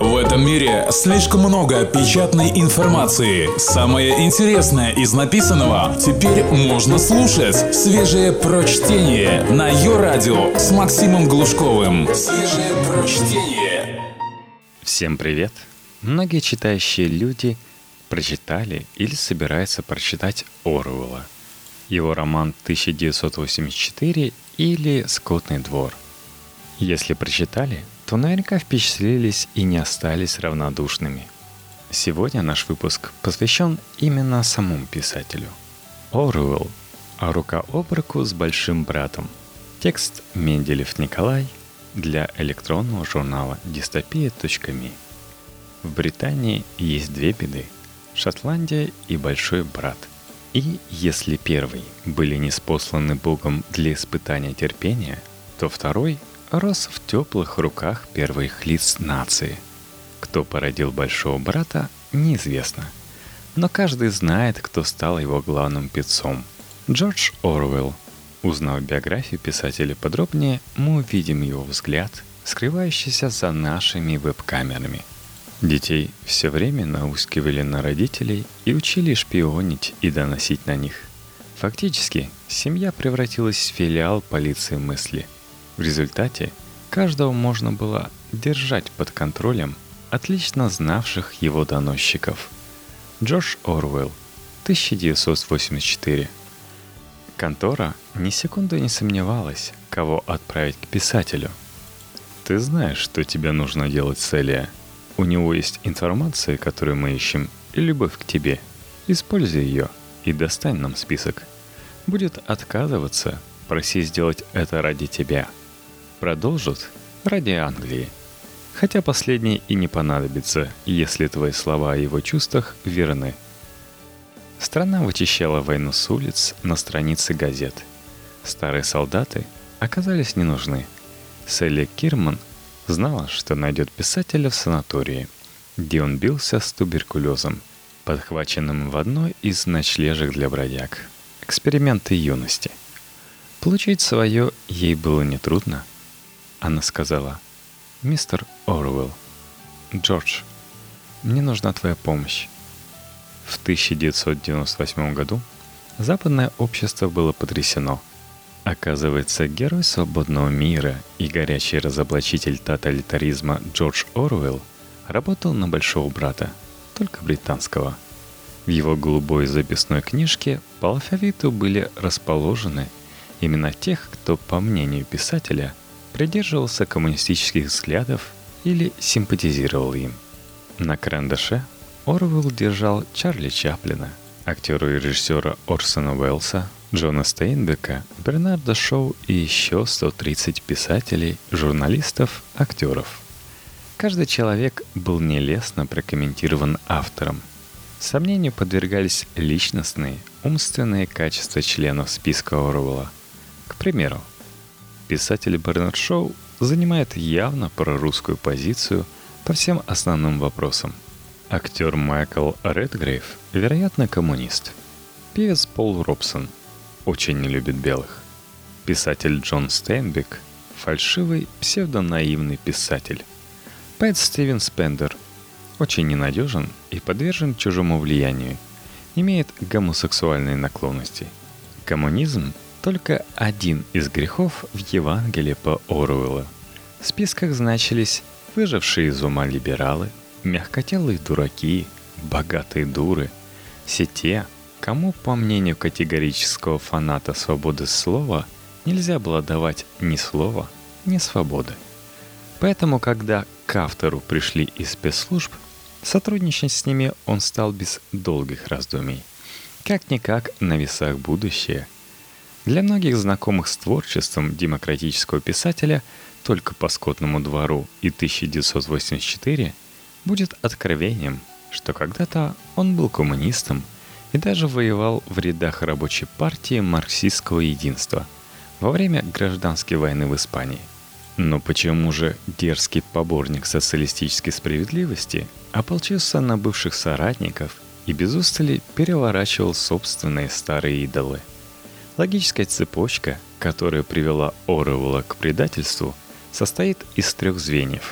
В этом мире слишком много печатной информации. Самое интересное из написанного теперь можно слушать. Свежее прочтение на Йо-Радио с Максимом Глушковым. Свежее прочтение. Всем привет! Многие читающие люди прочитали или собираются прочитать Оруэлла. Его роман «1984» или «Скотный двор». Если прочитали, то наверняка впечатлились и не остались равнодушными. Сегодня наш выпуск посвящен именно самому писателю. Оруэлл. А рука об руку с большим братом. Текст Менделев Николай для электронного журнала dystopia.me. В Британии есть две беды – Шотландия и Большой брат. И если первый были ниспосланы Богом для испытания терпения, то второй рос в теплых руках первых лиц нации. Кто породил Большого брата, неизвестно. Но каждый знает, кто стал его главным певцом. Джордж Оруэлл. Узнав биографию писателя подробнее, мы увидим его взгляд, скрывающийся за нашими веб-камерами. Детей все время наускивали на родителей и учили шпионить и доносить на них. Фактически, семья превратилась в филиал полиции мысли. В результате каждого можно было держать под контролем отлично знавших его доносчиков. Джордж Оруэлл, 1984. Контора ни секунды не сомневалась, кого отправить к писателю. «Ты знаешь, что тебе нужно делать, Селия. У него есть информация, которую мы ищем, и любовь к тебе. Используй ее и достань нам список. Будет отказываться, проси сделать это ради тебя. Продолжит ради Англии. Хотя последней и не понадобится, если твои слова о его чувствах верны». Страна вычищала войну с улиц на странице газет. Старые солдаты оказались не нужны. Селли Кирман знала, что найдет писателя в санатории, где он бился с туберкулезом, подхваченным в одной из ночлежек для бродяг. Эксперименты юности. Получить свое ей было нетрудно. Она сказала: «Мистер Оруэлл, Джордж, мне нужна твоя помощь». В 1998 году западное общество было потрясено. Оказывается, герой свободного мира и горячий разоблачитель тоталитаризма Джордж Оруэлл работал на Большого брата, только британского. В его голубой записной книжке по алфавиту были расположены имена тех, кто, по мнению писателя, придерживался коммунистических взглядов или симпатизировал им. На карандаше Оруэлл держал Чарли Чаплина, актера и режиссера Орсона Уэллса, Джона Стейнбека, Бернарда Шоу и еще 130 писателей, журналистов, актеров. Каждый человек был нелестно прокомментирован автором. Сомнению подвергались личностные, умственные качества членов списка Оруэлла. К примеру, писатель Бернард Шоу занимает явно прорусскую позицию по всем основным вопросам. Актер Майкл Редгрейв, вероятно, коммунист. Певец Пол Робсон очень не любит белых. Писатель Джон Стейнбек – фальшивый, псевдонаивный писатель. Поэт Стивен Спендер очень ненадежен и подвержен чужому влиянию, имеет гомосексуальные наклонности. Коммунизм – только один из грехов в Евангелии по Оруэллу. В списках значились выжившие из ума либералы, мягкотелые дураки, богатые дуры, все те, кому, по мнению категорического фаната свободы слова, нельзя было давать ни слова, ни свободы. Поэтому, когда к автору пришли из спецслужб, сотрудничать с ними он стал без долгих раздумий. Как-никак на весах будущее. Для многих знакомых с творчеством демократического писателя только по «Скотному двору» и 1984 будет откровением, что когда-то он был коммунистом и даже воевал в рядах рабочей партии марксистского единства во время гражданской войны в Испании. Но почему же дерзкий поборник социалистической справедливости ополчился на бывших соратников и без устали переворачивал собственные старые идолы? Логическая цепочка, которая привела Оруэлла к предательству, состоит из 3 звеньев.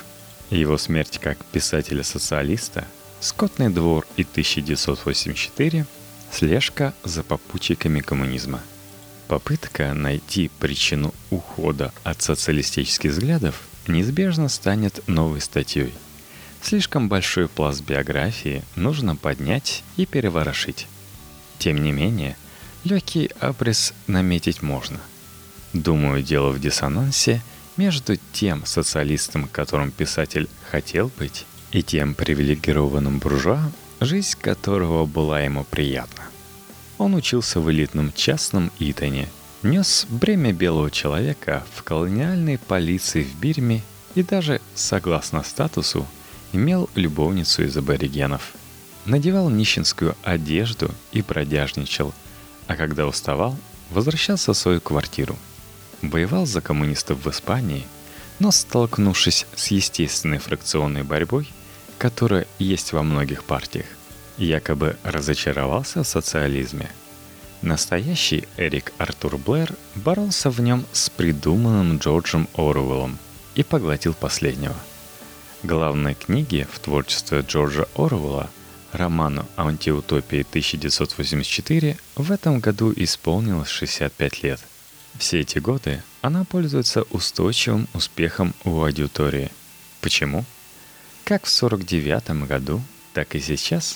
Его смерть как писателя-социалиста, «Скотный двор» и 1984, слежка за попутчиками коммунизма. Попытка найти причину ухода от социалистических взглядов неизбежно станет новой статьей. Слишком большой пласт биографии нужно поднять и переворошить. Тем не менее, легкий абрис наметить можно. Думаю, дело в диссонансе между тем социалистом, которым писатель хотел быть, и тем привилегированным буржуа, жизнь которого была ему приятна. Он учился в элитном частном Итоне, нес бремя белого человека в колониальной полиции в Бирме и даже, согласно статусу, имел любовницу из аборигенов. Надевал нищенскую одежду и бродяжничал, а когда уставал, возвращался в свою квартиру. Воевал за коммунистов в Испании, но, столкнувшись с естественной фракционной борьбой, которая есть во многих партиях, якобы разочаровался в социализме. Настоящий Эрик Артур Блэр боролся в нем с придуманным Джорджем Оруэллом и поглотил последнего. Главной книге в творчестве Джорджа Оруэлла, роману «Антиутопии» 1984, в этом году исполнилось 65 лет. Все эти годы она пользуется устойчивым успехом у аудитории. Почему? Как в 1949 году, так и сейчас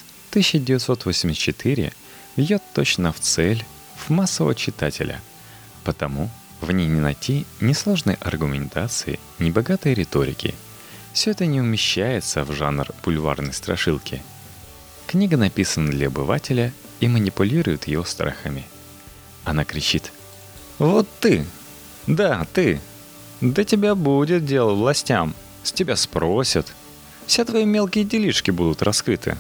1984 бьет точно в цель, в массового читателя. Потому в ней не найти ни сложной аргументации, ни богатой риторики. Все это не умещается в жанр бульварной страшилки. Книга написана для обывателя и манипулирует его страхами. Она кричит: «Вот ты! Да, ты! Да тебя будет дело властям! С тебя спросят! Все твои мелкие делишки будут раскрыты!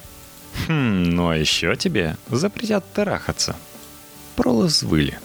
Ну а еще тебе запретят трахаться!» Пролы взвыли.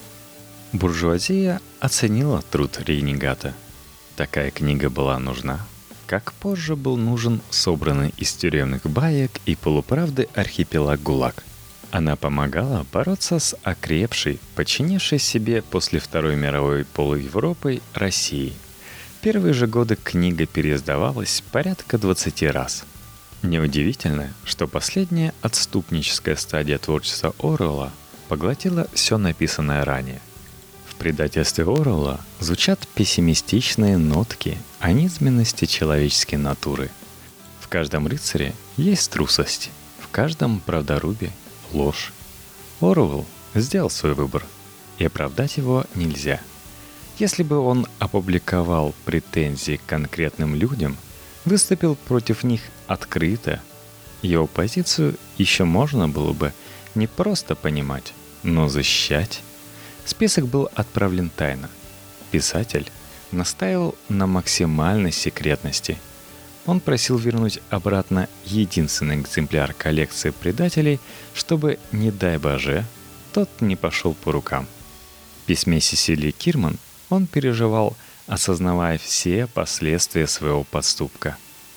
Буржуазия оценила труд ренегата. Такая книга была нужна, как позже был нужен собранный из тюремных баек и полуправды архипелаг ГУЛАГ. Она помогала бороться с окрепшей, подчинившей себе после Второй мировой полуевропой Россией. В первые же годы книга переиздавалась порядка 20 раз. Неудивительно, что последняя отступническая стадия творчества Оруэлла поглотила все написанное ранее. В предательстве Оруэлла звучат пессимистичные нотки о низменности человеческой натуры. В каждом рыцаре есть трусость, в каждом правдорубе — ложь. Оруэлл сделал свой выбор, и оправдать его нельзя. Если бы он опубликовал претензии к конкретным людям, выступил против них открыто, его позицию еще можно было бы не просто понимать, но защищать. Список был отправлен тайно. Писатель настаивал на максимальной секретности. Он просил вернуть обратно единственный экземпляр коллекции предателей, чтобы, не дай боже, тот не пошел по рукам. В письме Сесилии Кирман он переживал, осознавая все последствия своего поступка.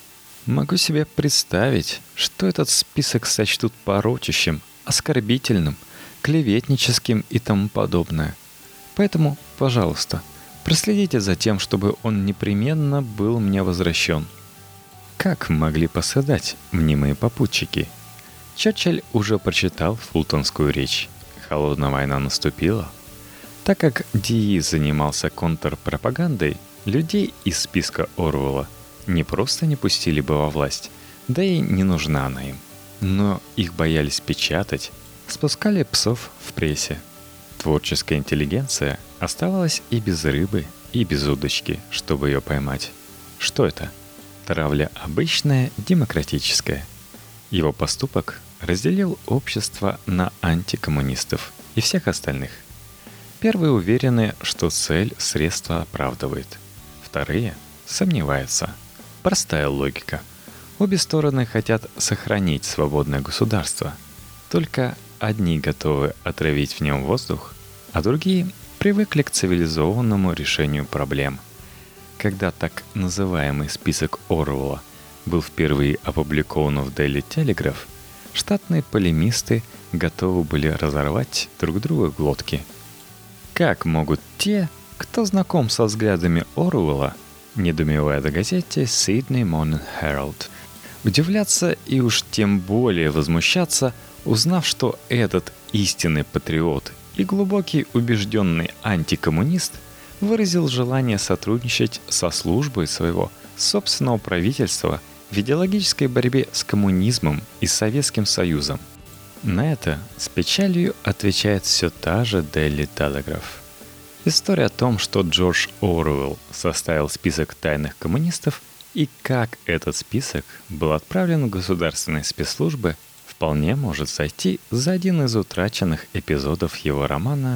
«Могу себе представить, что этот список сочтут порочащим, оскорбительным, клеветническим и тому подобное. Поэтому, пожалуйста, проследите за тем, чтобы он непременно был мне возвращен». Как могли пострадать мнимые попутчики? Черчилль уже прочитал фултонскую речь. Холодная война наступила. Так как Дии занимался контрпропагандой, людей из списка Оруэлла не просто не пустили бы во власть, да и не нужна она им. Но их боялись печатать, спускали псов в прессе. Творческая интеллигенция оставалась и без рыбы, и без удочки, чтобы ее поймать. Что это? Травля обычная, демократическая. Его поступок разделил общество на антикоммунистов и всех остальных. Первые уверены, что цель средства оправдывает. Вторые сомневаются. Простая логика. Обе стороны хотят сохранить свободное государство. Только одни готовы отравить в нем воздух, а другие привыкли к цивилизованному решению проблем. Когда так называемый список Оруэлла был впервые опубликован в Daily Telegraph, штатные полемисты готовы были разорвать друг другу глотки. Как могут те, кто знаком со взглядами Оруэлла, недоумевает в газете Sydney Morning Herald. Удивляться и уж тем более возмущаться, узнав, что этот истинный патриот и глубокий убежденный антикоммунист выразил желание сотрудничать со службой своего собственного правительства в идеологической борьбе с коммунизмом и Советским Союзом. На это с печалью отвечает все та же Daily Telegraph. История о том, что Джордж Оруэлл составил список тайных коммунистов и как этот список был отправлен в государственные спецслужбы, вполне может сойти за один из утраченных эпизодов его романа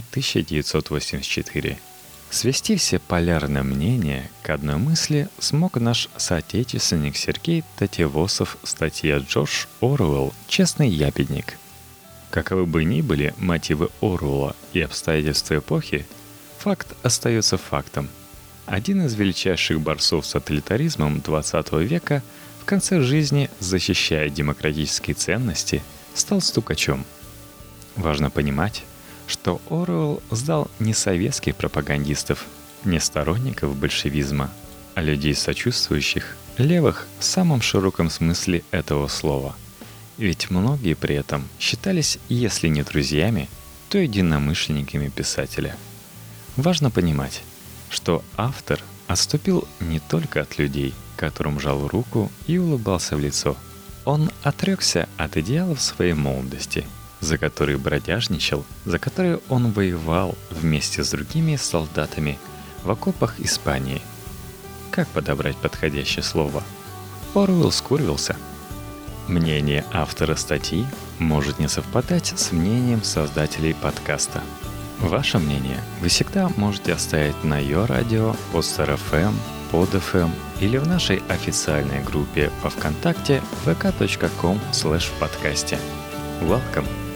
«1984». Свести все полярные мнения к одной мысли смог наш соотечественник Сергей Татевосов в статье «Джордж Оруэлл. Честный ябедник». Каковы бы ни были мотивы Оруэлла и обстоятельства эпохи, факт остается фактом. Один из величайших борцов с тоталитаризмом XX века в конце жизни, защищая демократические ценности, стал стукачом. Важно понимать, что Оруэлл сдал не советских пропагандистов, не сторонников большевизма, а людей сочувствующих, левых в самом широком смысле этого слова. Ведь многие при этом считались, если не друзьями, то единомышленниками писателя. Важно понимать, что автор отступил не только от людей, которым жал руку и улыбался в лицо. Он отрекся от идеалов своей молодости, за которые бродяжничал, за которые он воевал вместе с другими солдатами в окопах Испании. Как подобрать подходящее слово? Оруэлл скурвился. Мнение автора статьи может не совпадать с мнением создателей подкаста. Ваше мнение вы всегда можете оставить на YoRadio, Podster.fm, Pod.fm или в нашей официальной группе во ВКонтакте vk.com/подкасте. Welcome!